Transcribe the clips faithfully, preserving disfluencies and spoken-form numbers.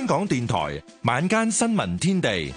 港電台晚間新聞天地。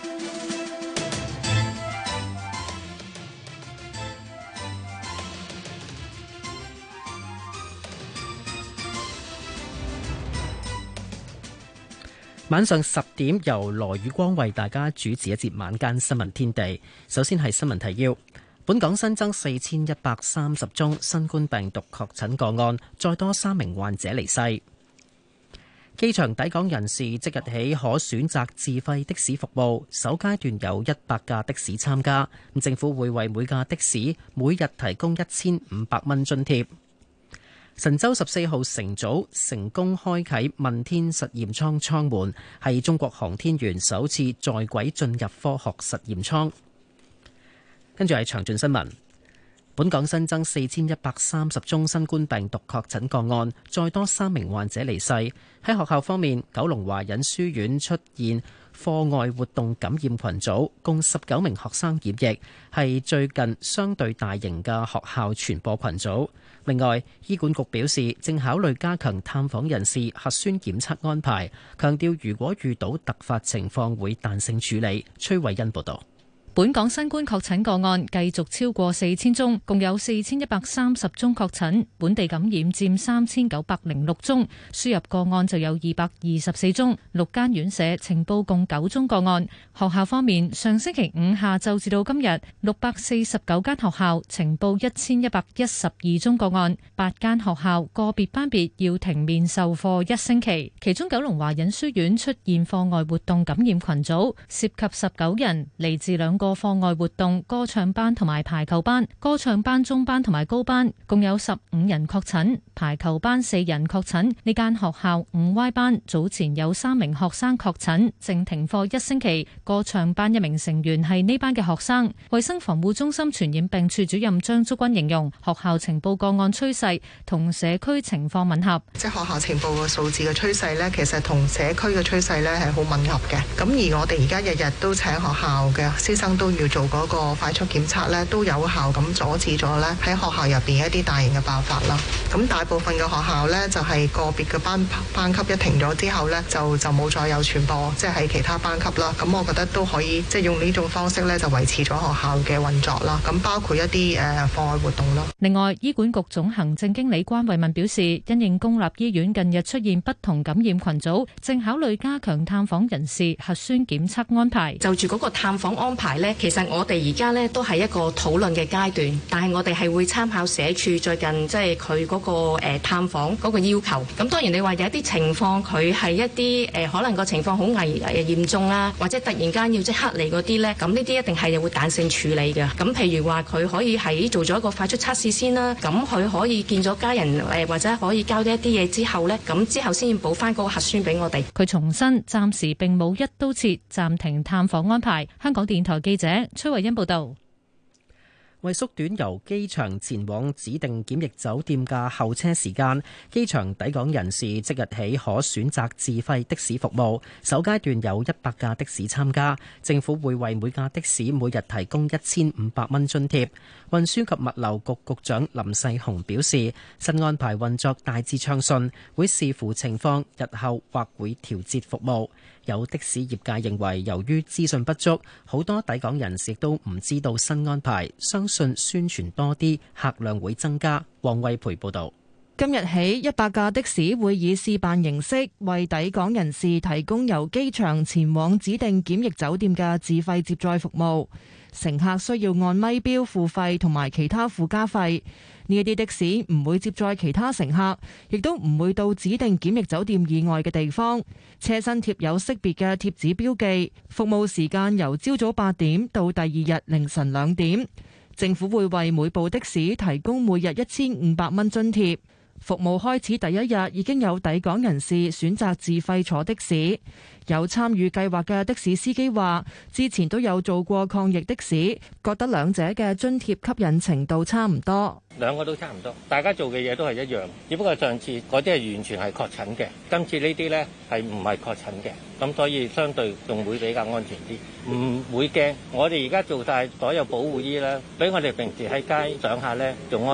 晚上十點，由羅宇光為大家主持一節晚間新聞天地。首先係新聞提要：本港新增四千一百三十宗新冠病毒確診個案，再多三名患者離世。機場抵港人士即日起可選擇自費的士服務，首階段有一百架的士參加。政府會為每架的士每日提供一千五百蚊津貼。神舟十四號乘組成功開啟問天實驗艙艙門，係中國航天員首次在軌進入科學實驗艙。跟住係詳盡新聞。本港新增四千一百三十宗新冠病毒確診個案，再多三名患者離世。喺學校方面，九龍華仁書院出現課外活動感染群組，共十九名學生染疫，係最近相對大型嘅學校傳播群組。另外，醫管局表示正考慮加強探訪人士核酸檢測安排，強調如果遇到突發情況會彈性處理。崔慧欣報導。 本港新冠確診個案繼續超過四千宗，共有四千一百三十宗確診，本地感染佔三千九百零六宗，輸入個案就有二百二十四宗。六間院舍呈報共九宗個案。學校方面，上星期五下晝至到今日，六百四十九間學校呈報一千一百一十二宗個案，八間學校個別班別要停面授課一星期。其中九龍華仁書院出現課外活動感染群組，涉及十九人，嚟自兩個個課外活動歌唱班同埋排球班，歌唱班中班同埋高班共有十五人確診，排球班四人確診。呢間學校五 Y 班早前有三名學生確診，正停課一星期。歌唱班一名成員係呢班嘅學生。衛生防護中心傳染病處主任張竹君形容，學校呈報個案趨勢同社區情況吻合。 即係學校呈報個數字嘅趨勢呢，其實同社區嘅趨勢呢係好吻合嘅。咁而我哋而家日日都請學校嘅師生都要做嗰個快速檢測咧，都有效咁阻止咗咧喺學校入邊一啲大型嘅爆發啦。咁大部分嘅學校咧就係個別嘅班班級一停咗之後咧，就就冇再有傳播，即係喺其他班級啦。咁我覺得都可以即係用呢種方式咧，就維持咗學校嘅運作啦。咁包括一啲誒課外活動啦。 另外，醫管局總行政經理關慧敏表示，因應公立醫院近日出現不同感染群組，正考慮加強探訪人士核酸檢測安排。 就住嗰個探訪安排咧，其實我哋而家咧都係一個討論嘅階段，但係我哋係會參考社署最近即係佢嗰個誒探訪嗰個要求。咁當然你話有一啲情況佢係一啲誒可能個情況好危誒嚴重啊，或者突然間要即刻嚟嗰啲咧，咁呢啲一定係會彈性處理嘅。咁譬如話佢可以喺做咗一個快速測試先啦，咁佢可以見咗家人誒或者可以交咗一啲嘢之後咧，咁之後先要補翻嗰個核酸俾我哋。 佢重申暫時並冇一刀切暫停探訪安排。香港電台記者崔慧欣報道。 為縮短由機場前往指定檢疫酒店嘅候車時間，機場抵港人士即日起可選擇自費的士服務，首階段有一百架的士參加，政府會為每架的士每日提供一千五百蚊津貼。運輸及物流局局長林世雄表示，新安排運作大致暢順，會視乎情況，日後或會調節服務。有的士業界認為，由於資訊不足，好多抵港人士都唔知道新安排，相信宣傳多啲，客量會增加。黃惠培報導。 今日起，一百架的士會以試辦形式為抵港人士提供由機場前往指定檢疫酒店嘅自費接載服務。乘客需要按咪標付費同埋其他附加費。呢一啲的士唔會接載其他乘客，亦都唔會到指定檢疫酒店以外嘅地方。車身貼有識別嘅貼紙標記。服務時間由朝早八點到第二日凌晨兩點。政府會為每部的士提供每日一千五百蚊津貼。服務開始第一日已經有抵港人士選擇自費坐的士。有參與計劃嘅的，的士司機話，之前都有做過抗疫的士，覺得兩者嘅津貼吸引程度差唔多。 兩個都差唔多，大家做嘅嘢都係一樣，只不過上次嗰啲係完全係確診嘅，今次呢啲呢係唔係確診嘅，咁所以相對仲會比較安全啲，唔會驚。我哋而家做晒所有保護衣啦，比我哋平時喺街上下呢仲安全。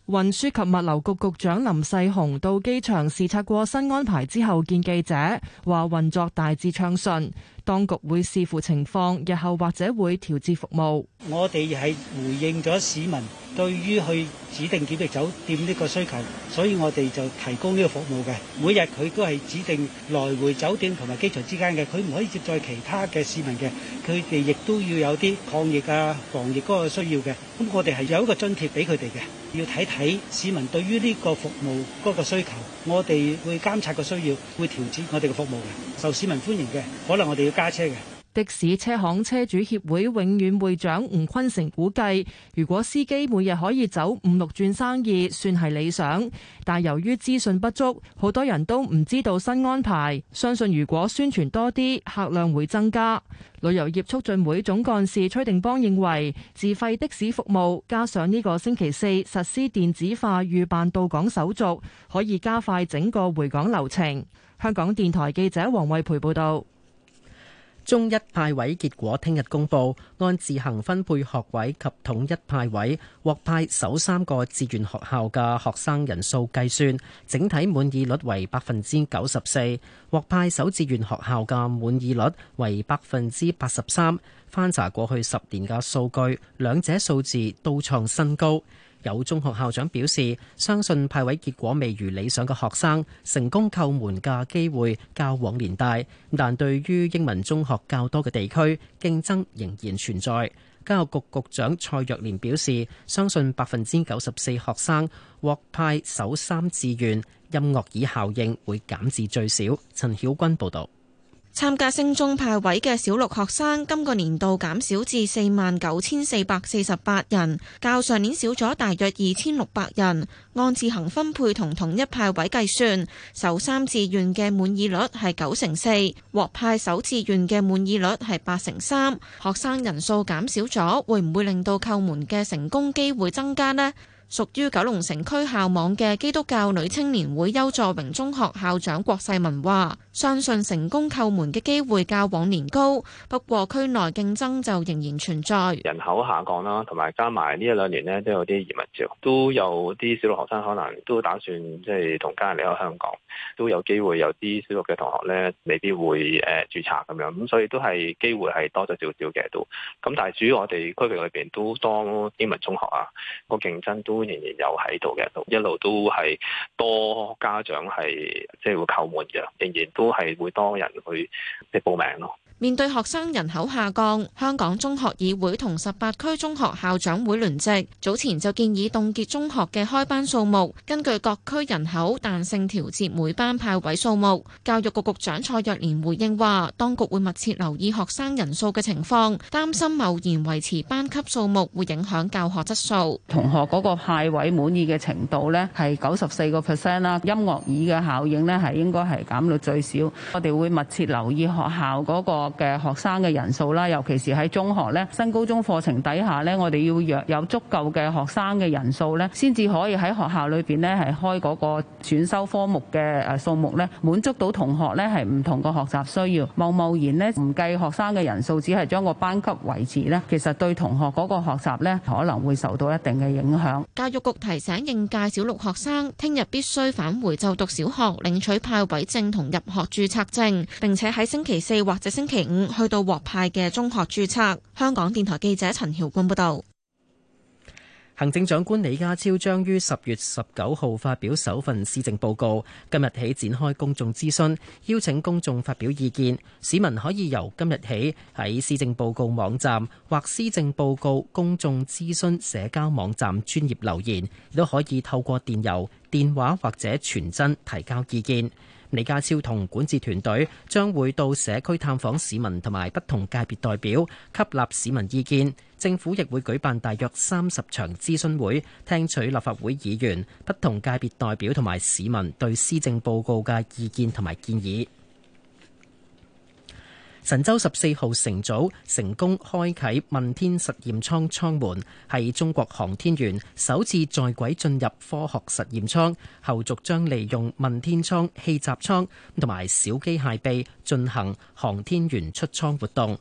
運輸及物流局局長林世雄到機場視察過新安排之後見記者，話運作大致暢順，當局會視乎情況，日後或者會調節服務。 我哋係回應咗市民對於去指定檢疫酒店呢個需求，所以我哋就提供呢個服務嘅。每日佢都係指定來回酒店同埋機場之間嘅，佢唔可以接載其他嘅市民嘅。佢哋亦都要有啲抗疫啊、防疫嗰個需要嘅。咁我哋係有一個津貼俾佢哋嘅，要睇睇市民對於呢個服務嗰個需求，我哋會監察個需要，會調節我哋嘅服務嘅，受市民歡迎嘅，可能我哋要加車嘅。 的士車行車主協會永遠會長吳坤成估計，如果司機每日可以走五六轉生意，算係理想。但由於資訊不足，好多人都唔知道新安排。相信如果宣傳多啲，客量會增加。旅遊業促進會總幹事崔定邦認為，自費的士服務加上呢個星期四實施電子化預辦到港手續，可以加快整個回港流程。香港電台記者黃慧培報道。 中一派位結果聽日公佈，按自行分配學位及統一派位獲派首三個志願學校嘅學生人數計算，整體滿意率為百分之九十四，獲派首志願學校嘅滿意率為百分之八十三。翻查過去十年嘅數據，兩者數字都創新高。有中學校長表示，相信派位結果未如理想嘅學生成功叩門嘅機會較往年大，但對於英文中學較多嘅地區，競爭仍然存在。教育局局長蔡若蓮表示，相信百分之九十四學生獲派首三志願，音樂椅效應會減至最少。陳曉君報導。 參加升中派位嘅小六學生，今個年度減少至四萬九千四百四十八人，較上年少咗大約二千六百人。按自行分配同統一派位計算，首三志願嘅滿意率係九成四，獲派首志願嘅滿意率係八成三。學生人數減少咗，會唔會令到叩門嘅成功機會增加呢？屬於九龍城區校網嘅基督教女青年會邱助榮中學校長郭世文話，相信成功叩門嘅機會較往年高，不過區內競爭就仍然存在。 人口下降啦，同埋加埋呢一兩年呢都有啲移民潮，都有啲小六學生可能都打算即係同家人離開香港，都有機會有啲小六嘅同學咧未必會誒註冊咁樣，咁所以都係機會係多咗少少嘅都。咁但係主要我哋區域裏邊都多英文中學啊，個競爭都仍然有喺度嘅，一路都係多家長係即係會叩門嘅，仍然都係會多人去即係報名咯。 面對學生人口下降，香港中學議會同十八區中學校長會聯席早前就建議凍結中學嘅開班數目，根據各區人口彈性調節每班派位數目。教育局局長蔡若蓮回應話，當局會密切留意學生人數嘅情況，擔心貿然維持班級數目會影響教學質素。 同學嗰個派位滿意嘅程度呢係九十四個 percent 啦，音樂椅嘅效應呢係應該係減到最少。我哋會密切留意學校嗰個嘅學生嘅人數啦，尤其是喺中學咧，新高中課程底下咧，我哋要約有足夠嘅學生嘅人數咧，先至可以喺學校裏邊咧係開嗰個選修科目嘅誒數目咧，滿足到同學咧係唔同嘅學習需要。貿貿然咧唔計學生嘅人數，只係將個班級維持咧，其實對同學嗰個學習咧可能會受到一定嘅影響。 教育局提醒應屆小六學生，聽日必須返回就讀小學領取派位證同入學註冊證，並且喺星期四或者星期五去到獲派嘅中學註冊。香港電台記者陳曉君報道。 行政長官李家超將於十月十九號發表首份施政報告，今日起展開公眾諮詢，邀請公眾發表意見。市民可以由今日起喺施政報告網站或施政報告公眾諮詢社交網站專頁留言，亦都可以透過電郵、電話或者傳真提交意見。李家超同管治團隊將會到社區探訪市民同埋不同界別代表，吸納市民意見。政府亦會舉辦大約三十場諮詢會，聽取立法會議員、不同界別代表同埋市民對施政報告嘅意見同埋建議。神舟十四號乘組成功開啟問天實驗艙艙門，係中國航天員首次在軌進入科學實驗艙，後續將利用問天艙氣閘艙同埋小機械臂進行航天員出艙活動。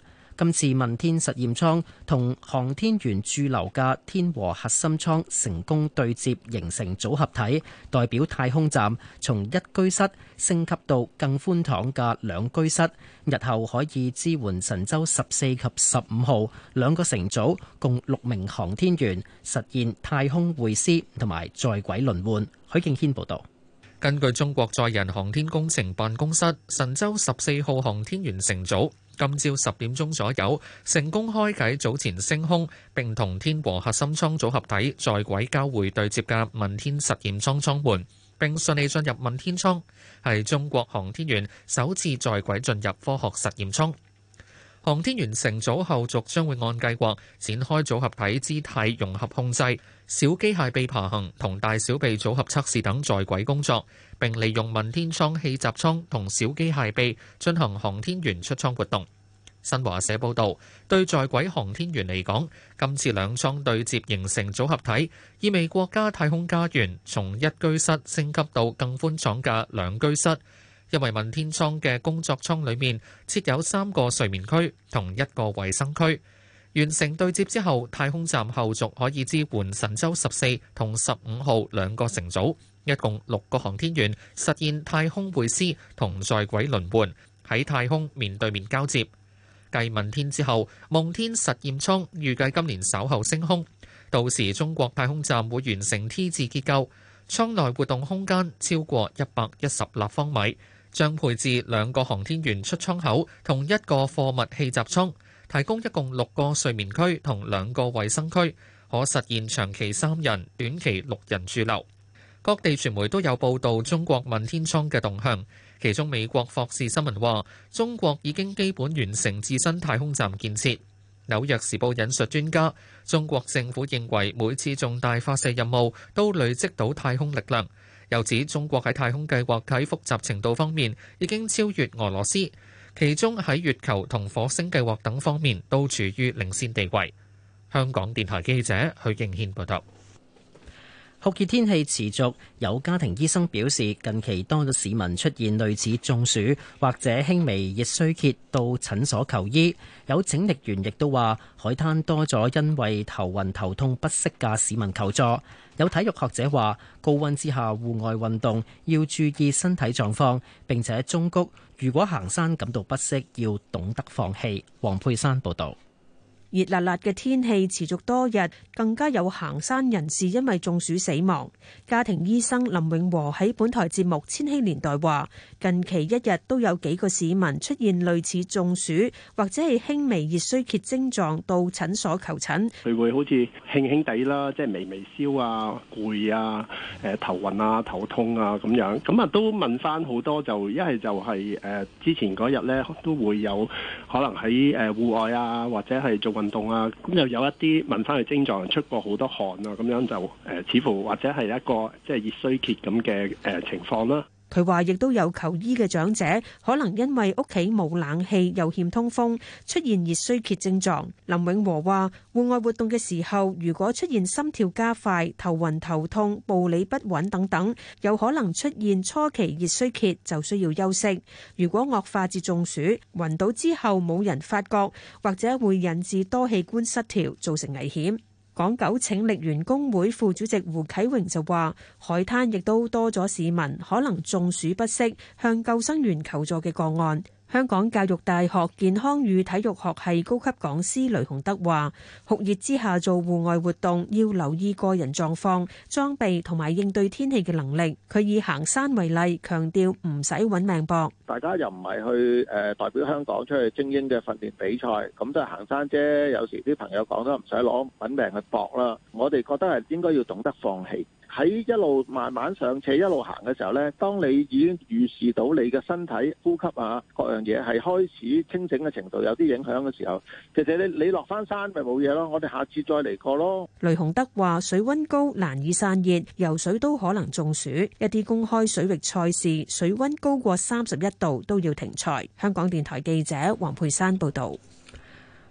今次問天實驗艙同航天員駐留嘅天和核心艙成功對接，形成組合體，代表太空站從一居室升級到更寬敞嘅兩居室。日後可以支援神舟十四及十五號兩個乘組，共六名航天員實現太空會師同埋在軌輪換。許敬軒報導。 根據中國載人航天工程辦公室，神舟十四號航天員乘組今朝十點鐘左右成功開啟早前升空並同天和核心艙組合體在軌交會對接嘅問天實驗艙艙門，並順利進入問天艙，係中國航天員首次在軌進入科學實驗艙。航天員乘組後續將會按計劃展開組合體姿態融合控制、小機械臂爬行同大小臂組合測試等在軌工作，並利用問天艙氣閘艙同小機械臂進行航天員出艙活動。新華社報導，對在軌航天員嚟講，今次兩艙對接形成組合體，意味國家太空家園從一居室升級到更寬敞嘅兩居室。因為問天艙嘅工作艙裏面設有三個睡眠區同一個衛生區，完成對接之後，太空站後續可以支援神舟十四同十五號兩個乘組，一共六個航天員實現太空會師同在軌輪換，喺太空面對面交接。繼問天之後，夢天實驗艙預計今年稍後升空，到時中國太空站會完成 T 字結構，艙內活動空間超過一百一十立方米。將配置兩個航天員出艙口同一個貨物氣閘艙，提供一共六個睡眠區同兩個衛生區，可實現長期三人、短期六人駐留。各地傳媒都有報道中國問天艙嘅動向，其中美國霍士新聞話，中國已經基本完成自身太空站建設。紐約時報引述專家，中國政府認為每次重大發射任務都累積到太空力量。又指中國喺太空計劃喺複雜程度方面已經超越俄羅斯，其中喺月球同火星計劃等方面都處於領先地位。香港電台記者許敬軒報道。 酷熱天氣持續，有家庭醫生表示，近期多咗市民出現類似中暑或者輕微熱衰竭，到診所求醫。有整力員亦都話，海灘多咗因為頭暈頭痛不適嘅市民求助。有體育學者話，高溫之下戶外運動要注意身體狀況，並且忠告如果行山感到不適，要懂得放棄。黃佩珊報導。 熱辣辣嘅天氣持續多日，更加有行山人士因為中暑死亡。家庭醫生林永和喺本台節目《千禧年代》話，近期一日都有幾個市民出現類似中暑或者係輕微熱衰竭症狀，到診所求診。 佢會好似輕輕地啦，即係微微燒啊、攰啊、誒頭暈啊、頭痛啊咁樣。咁啊都問翻好多，就一係就係誒之前嗰日咧都會有可能喺誒戶外啊，或者係做運動啊，咁又有一啲問翻佢症狀，出過好多汗啊，咁樣就誒、呃、似乎或者係一個即係熱衰竭咁嘅誒情況啦。 佢話亦都有求醫嘅長者，可能因為屋企冇冷氣又欠通風，出現熱衰竭症狀。林永和話，戶外活動嘅時候，如果出現心跳加快、頭暈頭痛、步履不穩等等，有可能出現初期熱衰竭，就需要休息。如果惡化至中暑，暈倒之後冇人發覺，或者會引致多器官失調，造成危險。港九拯力員工會副主席胡啟榮就話，海灘亦都多咗市民可能中暑不適，向救生員求助嘅個案。香港教育大學健康與體育學系高級講師雷洪德話，酷熱之下做戶外活動要留意個人狀況、裝備同埋應對天氣嘅能力。佢以行山為例，強調唔使揾命搏。 大家又唔係去誒、呃、代表香港出去精英嘅訓練比賽，咁都係行山啫。有時啲朋友講得唔使攞揾命去搏啦。我哋覺得係應該要懂得放棄。喺一路慢慢上斜一路行嘅時候呢，當你已經預示到你嘅身體呼吸啊各樣嘢係開始清醒嘅程度有啲影響嘅時候，其實你你落翻山咪冇嘢咯，我哋下次再嚟過咯。 雷洪德話：水溫高難以散熱，游水都可能中暑。一啲公開水域賽事水溫高過三十一度都要停賽。香港電台記者黃佩珊報導。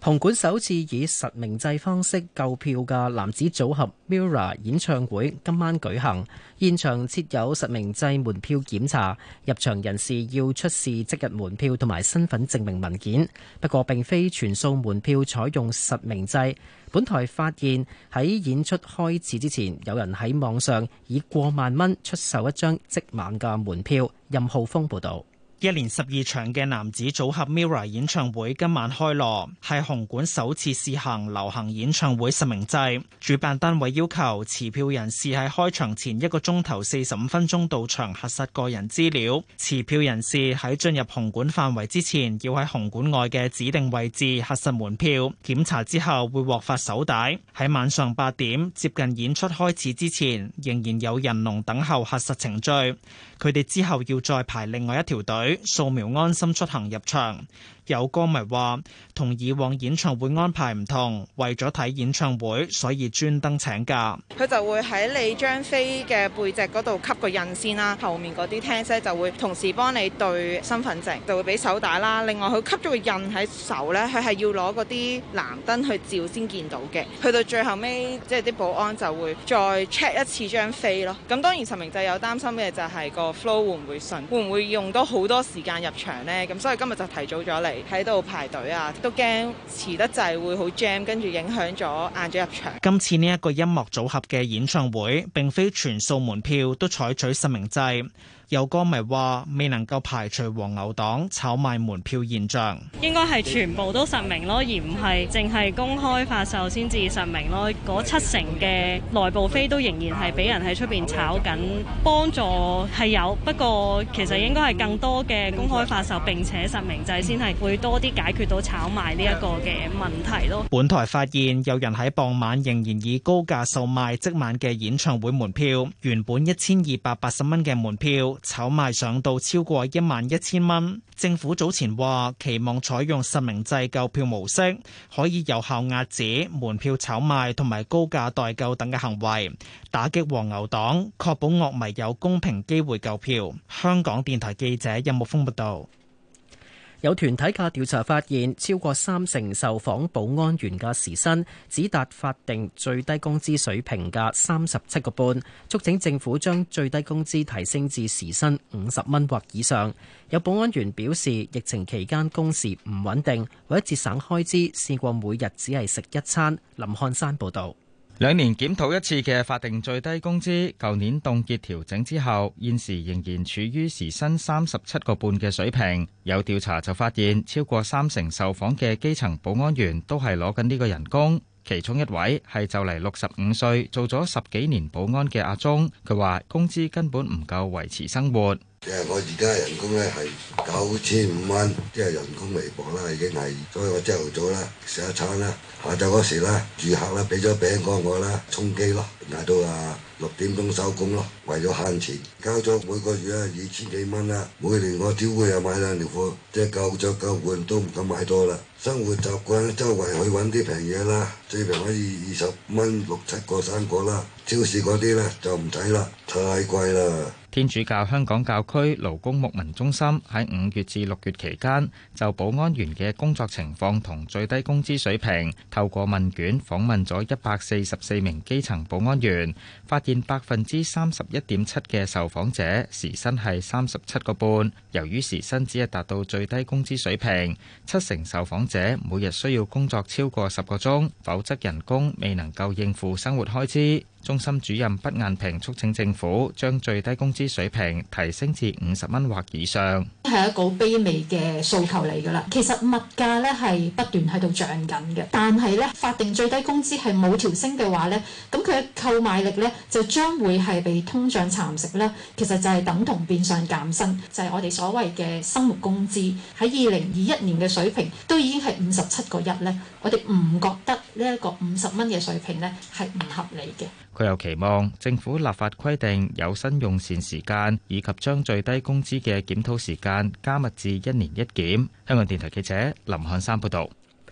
紅館首次以實名制方式購票嘅男子組合 Mirror 演唱會今晚舉行，現場設有實名制門票檢查，入場人士要出示即日門票同埋身份證明文件。不過並非全數門票採用實名制。本台發現喺演出開始之前，有人喺網上以過萬蚊出售一張即晚嘅門票。任浩峰報導。 一連十二場嘅男子組合 Mirror 演唱會今晚開鑼，係紅館首次試行流行演唱會實名制。主辦單位要求持票人士喺開場前一個鐘頭四十五分鐘到場核實個人資料。持票人士喺進入紅館範圍之前，要喺紅館外嘅指定位置核實門票。檢查之後會獲發手帶。喺晚上八點接近演出開始之前，仍然有人龍等候核實程序。佢哋之後要再排另外一條隊掃描安心出行入場。有歌迷話同以往演唱會安排唔同，為咗睇演唱會，所以專登請假。 佢就會喺你張飛嘅背脊嗰度吸個印先啦，後面嗰啲聽者就會同時幫你對身份證，就會俾手帶啦。另外佢吸咗個印喺手咧，佢係要攞嗰啲藍燈去照先見到嘅。去到最後尾，即係啲保安就會再 check 一次張飛咯。咁當然實名制有擔心嘅就係個 flow 會唔會順，會唔會用到好多時間入場呢？咁所以今日就提早咗嚟喺度排隊啊，都驚遲得滯會好 jam，跟住影響咗晏咗入場。 今次呢一個音樂組合嘅演唱會，並非全數門票都採取實名制。有歌迷話未能夠排除黃牛黨炒賣門票現象， 應該係全部都實名咯，而唔係淨係公開發售先至實名咯。嗰七成嘅內部飛都仍然係俾人喺出邊炒緊，幫助係有，不過其實應該係更多嘅公開發售並且實名制先係會多啲解決到炒賣呢一個嘅問題咯。 本台發現有人喺傍晚仍然以高價售賣即晚嘅演唱會門票，原本一千二百八十蚊嘅門票，炒賣上到超過一萬一千蚊。政府早前話期望採用實名制購票模式，可以有效遏止門票炒賣同埋高價代購等嘅行為，打擊黃牛黨，確保樂迷有公平機會購票。香港電台記者任木峰報道。 有團體嘅調查發現，超過三成受訪保安員嘅時薪只達法定最低工資水平嘅三十七個半，促請政府將最低工資提升至時薪五十蚊或以上。有保安員表示，疫情期間工時唔穩定，為咗節省開支，試過每日只係食一餐。林漢山報導。 兩年檢討一次嘅法定最低工資，舊年凍結調整之後，現時仍然處於時薪三十七個半嘅水平。有調查就發現，超過三成受訪嘅基層保安員都係攞緊呢個人工。其中一位係就嚟六十五歲，做咗十幾年保安嘅阿鐘，佢話工資根本唔夠維持生活。 即係我而家人工咧係九千五蚊，即係人工微薄啦，已經係。所以我朝頭早啦食一餐啦，下晝嗰時啦住客啦俾咗餅乾我啦，充飢咯，捱到啊六點鐘收工咯，為咗慳錢，交咗每個月啊二千幾蚊啦。每年我只會有買兩條褲，即係夠着夠換都唔敢買多啦。生活習慣周圍去揾啲平嘢啦，最平可以二十蚊六七個三個啦。超市嗰啲咧就唔使啦，太貴啦。 天主教香港教區勞工牧民中心喺五月至六月期間，就保安員嘅工作情況同最低工資水平，透過問卷訪問咗一百四十四名基層保安員，發現百分之三十一點七嘅受訪者時薪係三十七個半。由於時薪只係達到最低工資水平，七成受訪者每日需要工作超過十個鐘，否則人工未能夠應付生活開支。中心主任畢雁平促請政府將最低工資水平提升至五十蚊或以上， 係一個卑微嘅訴求嚟㗎啦。其實物價咧係不斷喺度漲緊嘅，但係咧法定最低工資係冇調升嘅話咧，咁佢嘅購買力咧就將會係被通脹蠶食啦。其實就係等同變相減薪，就係、是、我哋所謂嘅生活工資喺二零二一年嘅水平都已經係五十七個一咧。我哋唔覺得呢一個五十蚊嘅水平咧係唔合理嘅。 佢又期望政府立法規定有薪用膳時間，以及將最低工資嘅檢討時間加密至一年一檢。香港電台記者林漢山報導。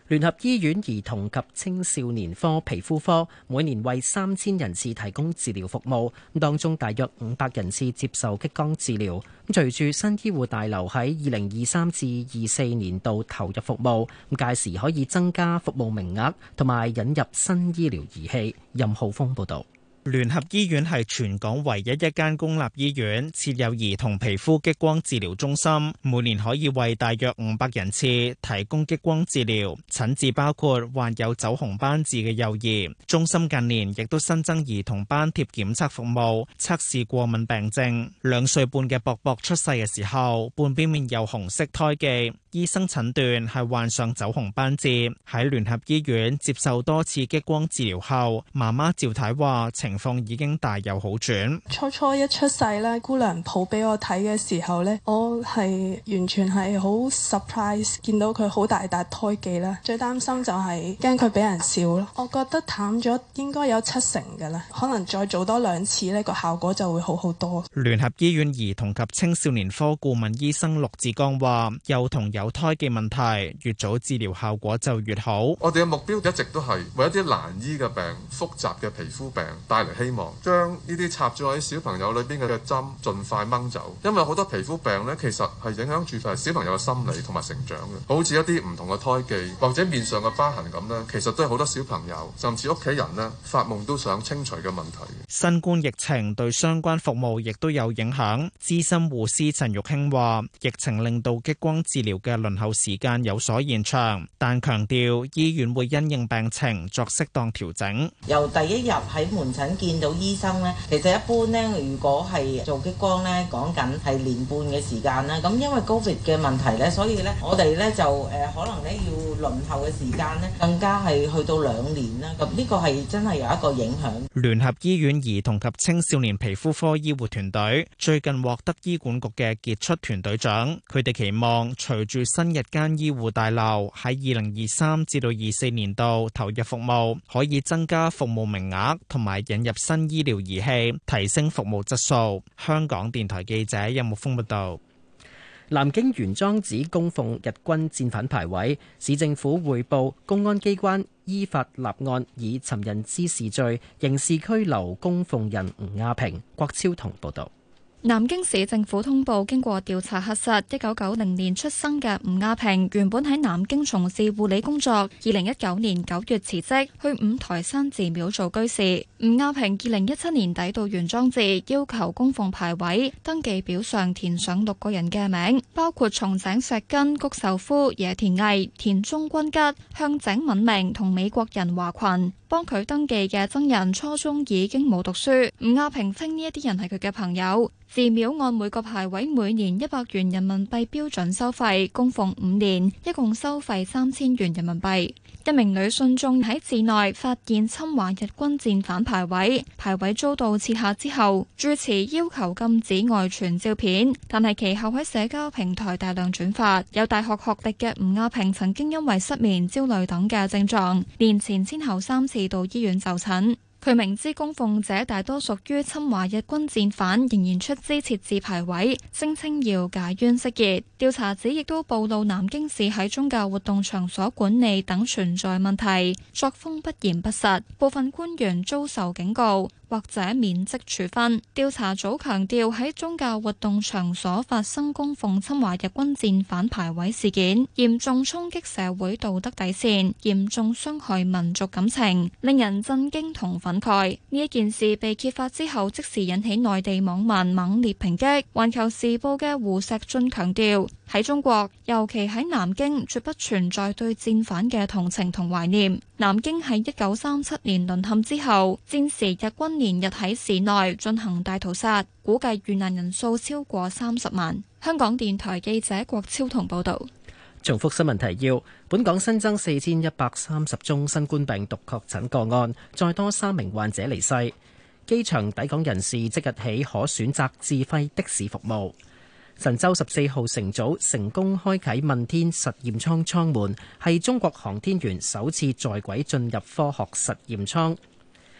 聯合醫院兒童及青少年科皮膚科每年為三千人次提供治療服務，當中大約五百人次接受激光治療。隨住新醫護大樓喺二零二三至二四年度投入服務，屆時可以增加服務名額同埋引入新醫療儀器。任浩峰報導。 聯合醫院係全港唯一一間公立醫院設有兒童皮膚激光治療中心，每年可以為大約五百人次提供激光治療，診治包括患有酒紅斑痣嘅幼兒。中心近年亦都新增兒童斑貼檢測服務，測試過敏病症。兩歲半嘅博博出世嘅時候，半邊面有紅色胎記，醫生診斷係患上酒紅斑痣。喺聯合醫院接受多次激光治療後，媽媽趙太話情況已經大有好轉。 初初一出世咧，姑娘抱俾我睇嘅時候咧，我係完全係好 surprise 見到佢好大笪胎記啦。最擔心就係驚佢俾人笑咯。我覺得淡咗應該有七成㗎啦，可能再做多兩次呢個效果就會好好多。 聯合醫院兒童及青少年科顧問醫生陸志剛話：幼童有胎記問題，越早治療效果就越好。 我哋嘅目標一直都係為一啲難醫嘅病、複雜嘅皮膚病帶嚟希望，將呢啲插咗喺小朋友裏邊嘅針盡快掹走。因為好多皮膚病呢，其實係影響住小朋友嘅心理同埋成長嘅，好似一啲唔同嘅胎記或者面上嘅疤痕咁呢，其實都係好多小朋友甚至屋企人呢發夢都想清除嘅問題。 新冠疫情對相關服務亦都有影響。資深護師陳玉卿話：疫情令到激光治療嘅輪候時間有所延長，但強調醫院會因應病情作適當調整。 由第一日喺門診見到醫生呢，其實一般呢，如果係做激光呢，講緊係年半嘅時間啦。咁因為 Covid 嘅問題呢，所以呢，我哋呢就誒可能呢要輪候嘅時間呢，更加係去到兩年啦。咁呢個係真係有一個影響。 聯合醫院兒童及青少年皮膚科醫護團隊最近獲得醫管局嘅傑出團隊獎，佢哋期望隨住新日間醫護大樓喺二零二三至到二四年度投入服務，可以增加服務名額同埋引入新醫療儀器，提升服務質素。香港電台記者任木峰報道。 南京玄奘寺供奉日軍戰犯牌位，市政府匯報公安機關依法立案，以尋人滋事罪刑事拘留供奉人吳亞平。郭超同報道。 南京市政府通報，經過調查核實，一九九零年出生嘅吳亞平原本喺南京從事護理工作，二零一九年九月辭職，去五台山寺廟做居士。吳亞平二零一七年底到玄奘寺，要求供奉牌位，登記表上填上六個人嘅名，包括松井石根、谷壽夫、野田毅、田中君吉、向井敏明同美國人華群。幫佢登記嘅僧人初中已經冇讀書。吳亞平稱呢一啲人係佢嘅朋友。寺廟按每個牌位每年一百元人民幣標準收費，供奉五年，一共收費三千元人民幣。一名女信眾喺寺內發現侵華日軍戰犯牌位，牌位遭到撤下之後，住持要求禁止外傳照片，但係其後喺社交平台大量轉發。有大學學歷嘅吳亞平曾經因為失眠、焦慮等嘅症狀，年前先後三次到醫院就診。佢明知供奉者大多屬於侵華日軍戰犯，仍然出資設置牌位，聲稱要解冤釋結。調查指亦都暴露南京市喺宗教活動場所管理等存在問題，作風不嚴不實，部分官員遭受警告或者免職處分。調查組強調，喺宗教活動場所發生供奉侵華日軍戰犯牌位事件，嚴重衝擊社會道德底線，嚴重傷害民族感情，令人震驚同憤慨。呢一件事被揭發之後，即時引起內地網民猛烈抨擊。環球時報嘅胡錫進強調，喺中國，尤其喺南京，絕不存在對戰犯嘅同情同懷念。南京喺一九三七年淪陷之後，戰時日軍連日喺市內進行大屠殺，估計遇難人數超過三十萬。香港電台記者郭超同報道。 重複新聞提要：本港新增四千一百三十宗新冠病毒確診個案，再多三名患者離世。機場抵港人士即日起可選擇自費的士服務。神舟十四號乘組成功開啟問天實驗艙艙門，係中國航天員首次在軌進入科學實驗艙。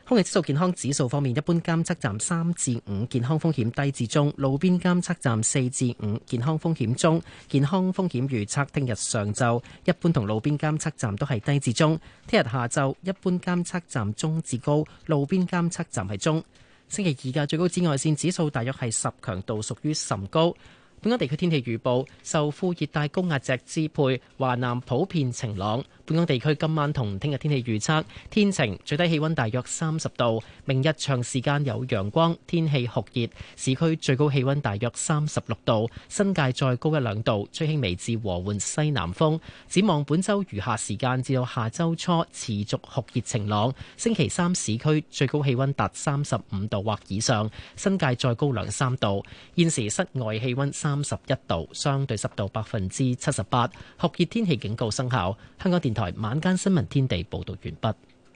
空氣質素健康指數方面，一般監測站三至五，健康風險低至中；路邊監測站四至五，健康風險中。健康風險預測，聽日上晝一般同路邊監測站都係低至中；聽日下晝一般監測站中至高，路邊監測站係中。星期二嘅最高紫外線指數大約係十，強度屬於甚高。本港地區天氣預報，受副熱帶高壓脊支配，華南普遍晴朗。本港地區今晚同聽日天氣預測，天晴，最低氣溫大約三十度。明日長時間有陽光，天氣酷熱，市區最高氣溫大約三十六度，新界再高一兩度，吹輕微至和緩西南風。展望本週餘下時間至到下週初持續酷熱晴朗。星期三市區最高氣溫達三十五度或以上，新界再高兩三度。現時室外氣溫三十一度，相對濕度百分之七十八，酷熱天氣警告生效。香港電台晚間新聞天地報道完畢。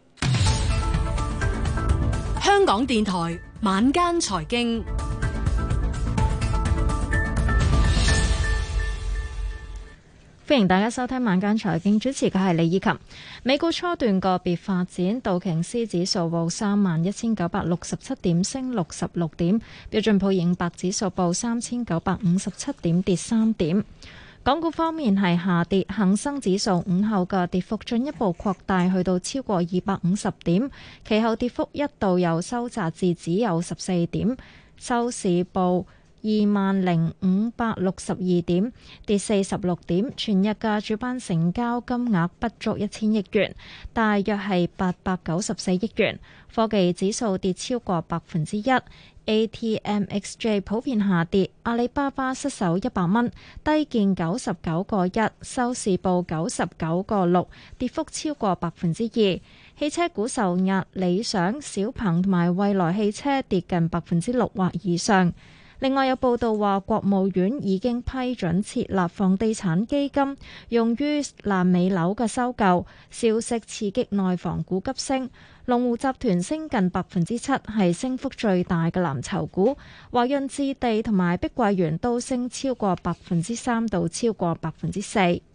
香港電台晚間財經， 歡迎大家收聽晚間財經，主持嘅係李以琴。美股初段個別發展，道瓊斯指數報三萬一千九百六十七點，升六十六點；標準普爾五百指數報三千九百五十七點，跌三點。港股方面係下跌，恒生指數午後嘅跌幅進一步擴大，去到超過二百五十點，其後跌幅一度又收窄至只有十四點，收市報二萬零五百六十二點，跌四十六點。全日嘅主板成交金額不足一千億元，大約係八百九十四億元。科技指數跌超過百分之一。A T M X J 普遍下跌，阿里巴巴失守一百蚊，低見九十九個一，收市報九十九個六，跌幅超過百分之二。汽車股受壓，理想、小鵬同埋蔚來汽車跌近百分之六或以上。另外有報道話，國務院已經批准設立房地產基金，用於爛尾樓嘅收購。消息刺激內房股急升，龍湖集團升近百分之七，係升幅最大嘅藍籌股。華潤置地同埋碧桂園都升超過百分之三到超過百分之四。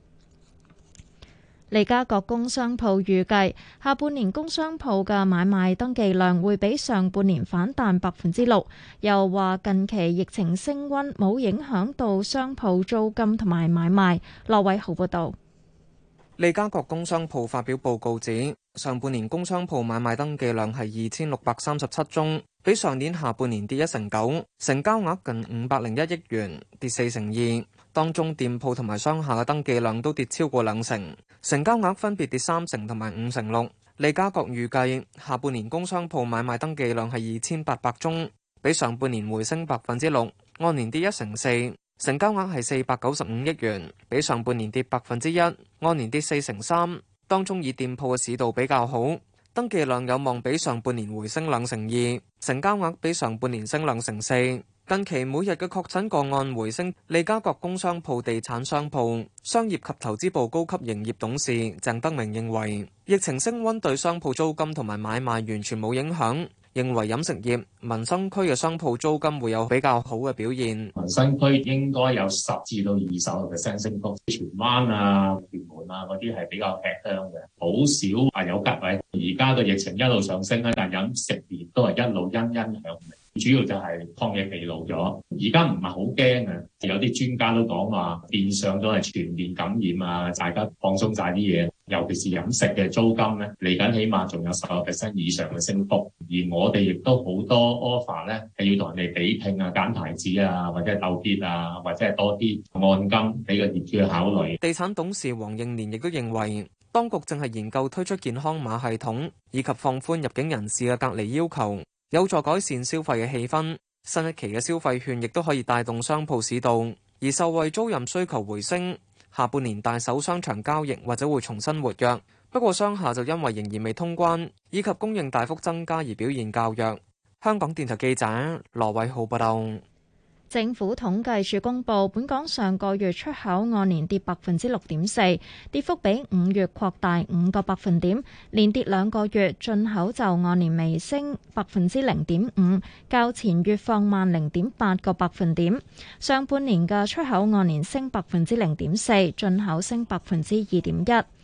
利嘉閣工商鋪預計下半年工商鋪嘅買賣登記量會比上半年反彈百分之六，又話近期疫情升溫冇影響到商鋪租金同埋買賣。羅偉豪報道。 利嘉閣工商鋪發表報告指，上半年工商鋪買賣登記量係二千六百三十七宗，比上年下半年跌一成九，成交額近五百零一億元，跌四成二。當中店鋪同埋商廈嘅登記量都跌超過兩成，成交額分別跌三成同埋五成六。利嘉閣預計下半年工商鋪買賣登記量係二千八百宗，比上半年回升百分之六，按年跌一成四。成交額係四百九十五億元，比上半年跌百分之一，按年跌四成三。當中以店鋪嘅市道比較好，登記量有望比上半年回升兩成二，成交額比上半年升兩成四。近期每日嘅確診個案回升，利嘉閣工商鋪地產商鋪商業及投資部高級營業董事鄭德明認為，疫情升溫對商鋪租金同埋買賣完全冇影響，認為飲食業民生區嘅商鋪租金會有比較好嘅表現。 民生區應該有十至到二十個 percent 升幅，荃灣啊、屯門啊嗰啲係比較吃香嘅，好少話有吉位。而家個疫情一路上升咧，但係飲食業都係一路欣欣向榮。主要就係抗疫疲勞咗，而家唔係好驚啊！有啲專家都講話變相都係全面感染啊，大家放鬆晒啲嘢，尤其是飲食嘅租金咧，嚟緊起碼仲有十個 percent 以上嘅升幅。而我哋亦都好多 offer 咧，係要同人哋比拼啊、揀牌子啊，或者係鬥啲啊，或者係多啲按金俾個業主去考慮。 地產董事黃應年亦都認為，當局正係研究推出健康碼系統，以及放寬入境人士嘅隔離要求，有助改善消費嘅氣氛。新一期嘅消費券亦都可以帶動商鋪市道，而受惠租賃需求回升，下半年大手商場交易或者會重新活躍。不過商廈就因為仍然未通關，以及供應大幅增加而表現較弱。香港電台記者羅偉浩報道。 政府統計處公布，本港上個月出口按年跌百分之六點四，跌幅比五月擴大五個百分點，連跌兩個月。進口就按年微升百分之零點五，較前月放慢零點八個百分點。上半年嘅出口按年升百分之零點四，進口升百分之二點一。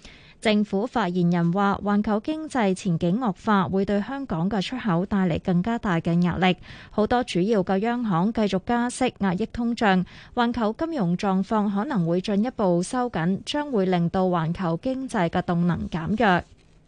政府發言人話，環球經濟前景惡化會對香港嘅出口帶嚟更加大嘅壓力，好多主要嘅央行繼續加息壓抑通脹，環球金融狀況可能會進一步收緊，將會令到環球經濟嘅動能減弱。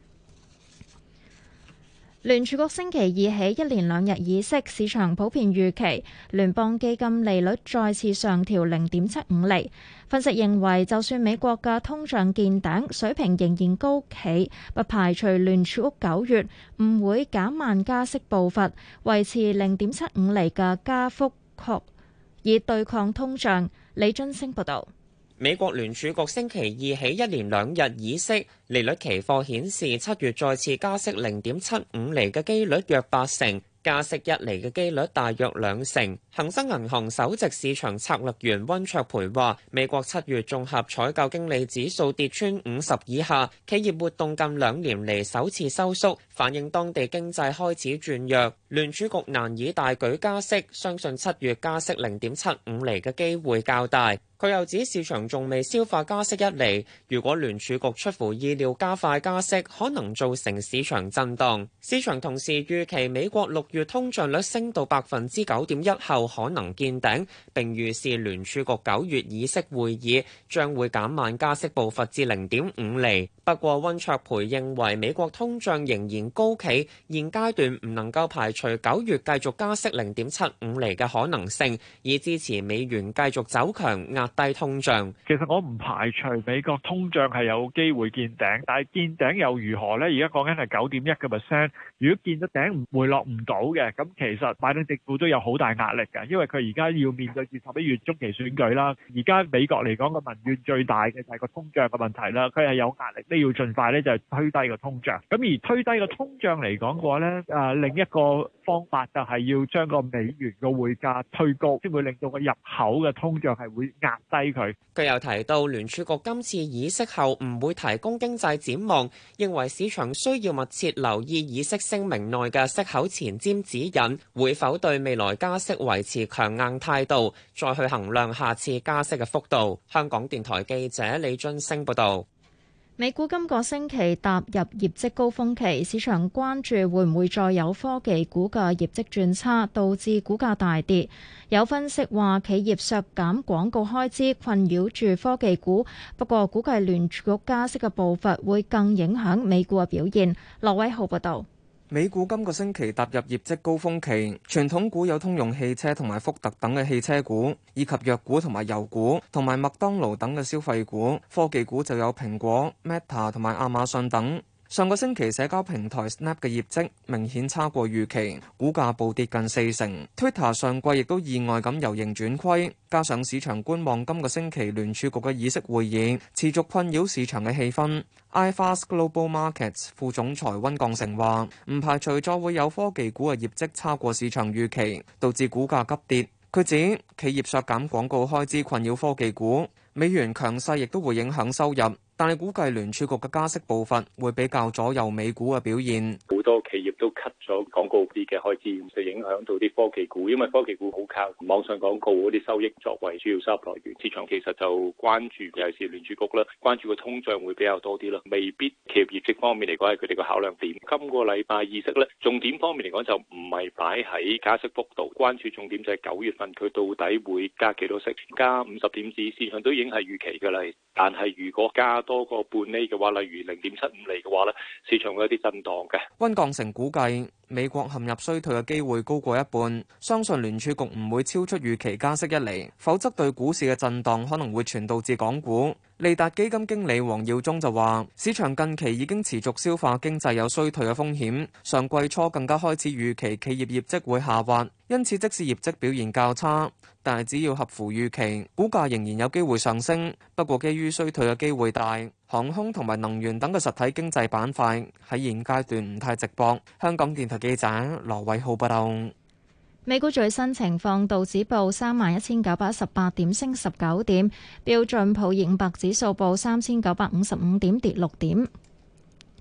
聯儲局星期二起一連兩日議息，市場普遍預期聯邦基金利率再次上調零點七五厘。分析認為，就算美國嘅通脹見頂，水平仍然高企，不排除聯儲局九月唔會減慢加息步伐，維持零點七五厘嘅加幅，確以對抗通脹。李津升報導。 美國聯儲局星期二起一連兩日議息，利率期貨顯示七月再次加息零點七五厘嘅機率約八成，加息一厘嘅機率大約兩成。恒生銀行首席市場策略員溫卓培話，美國七月綜合採購經理指數跌穿五十以下，企業活動近兩年嚟首次收縮，反映當地經濟開始轉弱。聯儲局難以大舉加息，相信七月加息零點七五厘嘅機會較大。佢又指市場仲未消化加息一厘，如果聯儲局出乎意料加快加息，可能造成市場震盪。市場同時預期美國六月通脹率升到百分之九點一後可能見頂，並預示聯儲局九月議息會議將會減慢加息步伐至零點五厘。不過溫卓培認為美國通脹仍然高企，現階段唔能夠排除九月繼續加息零點七五厘嘅可能性，以支持美元繼續走強壓低通脹。 其實我唔排除美國通脹係有機會見頂，但係見頂又如何呢？而家講緊係九點一個 percent，如果見咗頂唔回落唔到嘅，咁其實拜登政府都有好大壓力㗎，因為佢而家要面對住十一月中期選舉啦。而家美國嚟講個民怨最大嘅就係個通脹嘅問題啦，佢係有壓力，都要盡快咧就係推低個通脹。咁而推低個通脹嚟講嘅話咧，誒另一個方法就係要將個美元個匯價推高，先會令到個入口嘅通脹係會壓低佢。 佢又提到聯儲局今次議息後唔會提供經濟展望，認為市場需要密切留意議息聲明內嘅息口前瞻指引，會否對未來加息維持強硬態度，再去衡量下次加息嘅幅度。香港電台記者李津升報導。 美股今個星期踏入業績高峰期，市場關注會唔會再有科技股嘅業績轉差，導致股價大跌。有分析話，企業削減廣告開支困擾住科技股，不過估計聯儲局加息嘅步伐會更影響美股嘅表現。羅偉浩報導。 美股今個星期踏入業績高峰期，傳統股有通用汽車同埋福特等嘅汽車股，以及藥股同埋油股，同埋麥當勞等嘅消費股。科技股就有蘋果、Meta 同埋亞馬遜等。上個星期社交平台 Snap 嘅業績明顯差過預期，股價暴跌近四成。Twitter 上季亦都意外咁由盈轉虧，加上市場觀望今個星期聯儲局嘅議息會議，持續困擾市場嘅氣氛。iFast Global Markets 副總裁溫鋼成話：唔排除再會有科技股嘅業績差過市場預期，導致股價急跌。佢指企業削減廣告開支困擾科技股，美元強勢亦都會影響收入。但係估計聯儲局嘅加息步伐會比較左右美股嘅表現。 好多企業都 cut 咗廣告啲嘅開支，就影響到啲科技股，因為科技股好靠網上廣告嗰啲收益作為主要收入來源。市場其實就關注，尤其是聯儲局啦，關注個通脹會比較多啲啦，未必企業業績方面嚟講係佢哋個考量點。今個禮拜議息咧，重點方面嚟講就唔係擺喺加息幅度，關注重點就係九月份佢到底會加幾多息，加五十點子，市場都已經係預期㗎啦。但係如果加多個半厘嘅話，例如零點七五厘嘅話咧，市場會有啲震盪嘅。 溫鋼城估計美國陷入衰退嘅機會高過一半，相信聯儲局唔會超出預期加息一厘，否則對股市嘅震盪可能會傳導至港股。利達基金經理黃耀忠就話：市場近期已經持續消化經濟有衰退嘅風險，上季初更加開始預期企業業績會下滑，因此即使業績表現較差，但係只要合乎預期，股價仍然有機會上升。不過基於衰退嘅機會大，航空同埋能源等嘅實體經濟板塊喺現階段唔太值博。香港電台記者羅偉浩報道。 美股最新情況，道指報三萬一千九百一十八點，升十九點；標準普爾五百指數報三千九百五十五點，跌六點。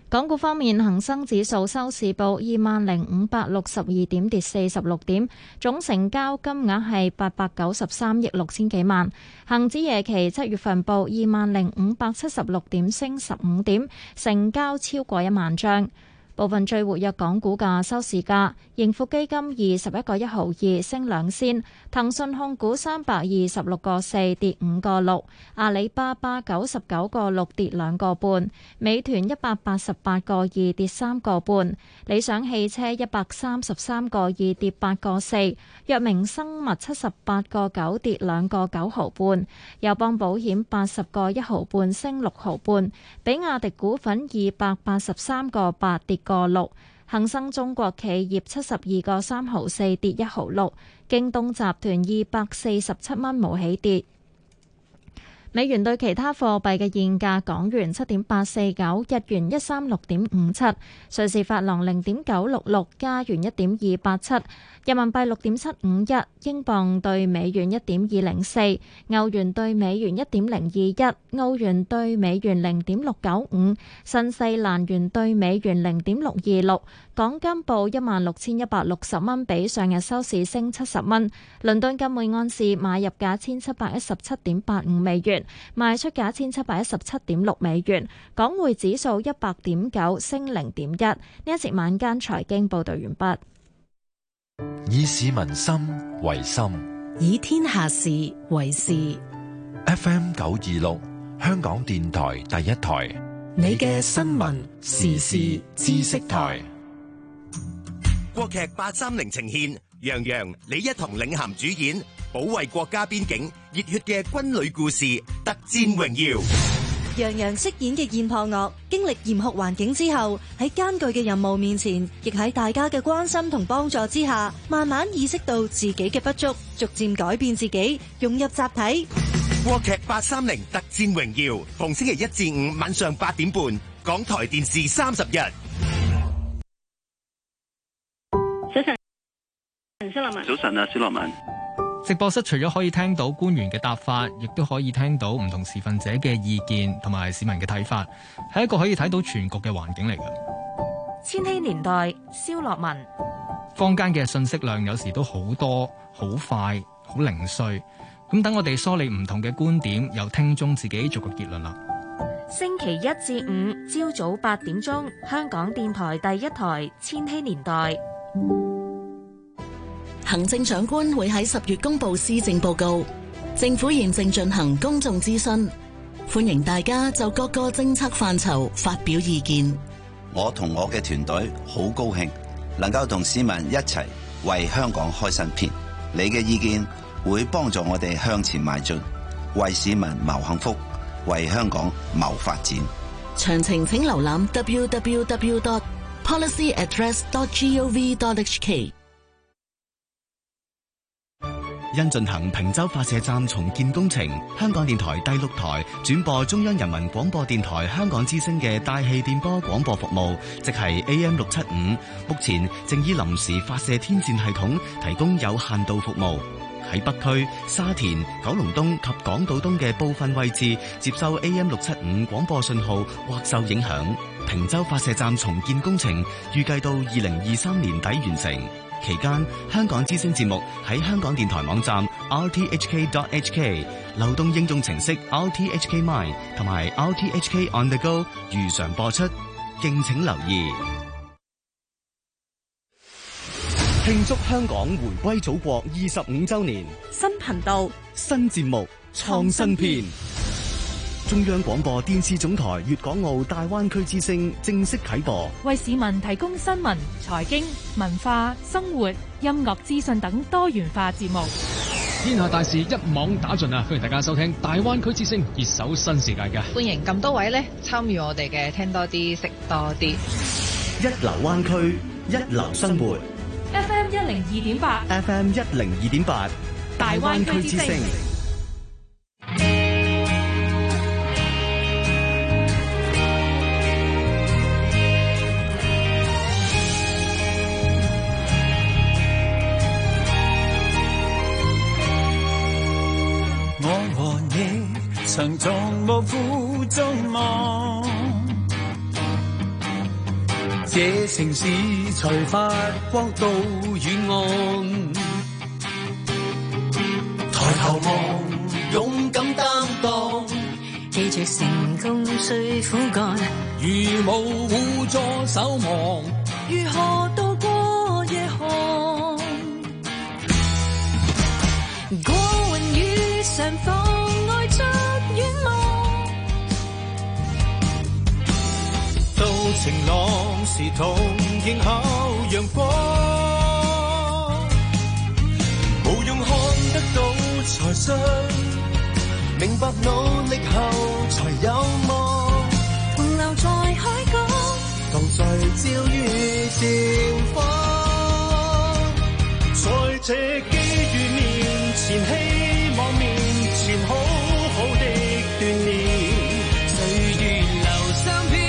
港股方面，恒生指數收市報二萬零五百六十二點，跌四十六點，總成交金額係八百九十三億六千幾萬。恒指夜期七月份報二萬零五百七十六點，升十五點，成交超過一萬張。部分最活躍港股嘅收市價，盈富基金二十一個一毫二升兩仙，騰訊控股三百二十六個四跌五個六，阿里巴巴九十九個六跌兩個半，美團一百八十八個二跌三個半，理想汽車一百三十三個二跌八個四，藥明生物七十八個九跌兩個九毫半，友邦保險八十個一毫半升六毫半，比亞迪股份二百八十三個八跌個六，恒生中國企業七十二個三毫四跌一毫六，京東集團二百四十七蚊冇起跌。美元對其他貨幣嘅現價：港元七點八四九，日元一三六點五七，瑞士法郎零點九六六，加元一點二八七，人民幣六點七五一，英鎊對美元一點二零四，歐元對美元一點零二一，澳元對美元零點六九五，新西蘭元對美元零點六二六。港金報一萬六千一百六十蚊，比上日收市升七十蚊。倫敦金每安士買入價一千七百一十七點八五美元，賣出價一千七百一十七點六美元。港匯指數一百點九升零點一。呢一節晚間財經報道完畢。 以市民心為心， 以天下事為事。 F M 九二六，香港電台第一台， 你嘅新聞時事知識台。 國劇八三零呈現楊洋、李一桐領銜主演，保衛國家邊境熱血嘅軍旅故事《特戰榮耀》。 楊洋飾演嘅燕破岳，經歷嚴酷環境之後，喺艱巨嘅任務面前，亦喺大家嘅關心同幫助之下，慢慢意識到自己嘅不足，逐漸改變自己，融入集體。 國劇八三零特戰榮耀，逢星期一至五晚上八點半，港台電視三十日。 早晨，蕭樂文。早晨啊，蕭樂文。 直播室除咗可以聽到官員嘅答法，亦都可以聽到唔同持份者嘅意見同埋市民嘅睇法，係一個可以睇到全局嘅環境嚟嘅。 千禧年代，蕭樂文。 坊間嘅信息量有時都好多、好快、好零碎，咁等我哋梳理唔同嘅觀點，由聽眾自己做個結論啦。 星期一至五朝早八點鐘，香港電台第一台千禧年代。 行政長官會喺十月公布施政報告，政府現正進行公眾諮詢，歡迎大家就各個政策範疇發表意見。 我同我嘅團隊好高興，能夠同市民一齊為香港開新篇。你嘅意見會幫助我哋向前邁進，為市民謀幸福，為香港謀發展。 詳情請瀏覽 w w w dot policy address dot gov dot h k。 因進行坪洲發射站重建工程，香港電台第六台轉播中央人民廣播電台香港之聲嘅大氣電波廣播服務，即係 A M 六七五，目前正以臨時發射天線系統提供有限度服務。喺北區、沙田、九龍東及港島東嘅部分位置接收 A M 六七五廣播信號或受影響。坪洲發射站重建工程預計到二零二三年底完成。期間，香港之聲節目喺香港電台網站 r t h k dot h k、流動應用程式 r t h k mine 同埋 r t h k on the go 如常播出，敬請留意。慶祝香港回歸祖國二十五週年， 新頻道、 新節目、創新篇。中央廣播電視總台粵港澳大灣區之聲正式啟播， 為市民提供新聞、財經、文化、生活、音樂資訊等多元化節目。 天下大事一網打盡啊！歡迎大家收聽大灣區之聲熱搜新世界嘅。 歡迎咁多位咧參與我哋嘅聽多啲識多啲。 一流灣區，一流生活。 F M 一零二點八 ，F M 一零二點八，大灣區之聲。 曾從無負眾望， 這城市才發光到遠岸。抬頭望，勇敢擔當， 記住成功需苦幹。 如無互助守望， 如何渡過夜寒？過雲雨上妨礙着遠望。 到晴朗時同迎候陽光，無用看得到才信，明白努力後才有望。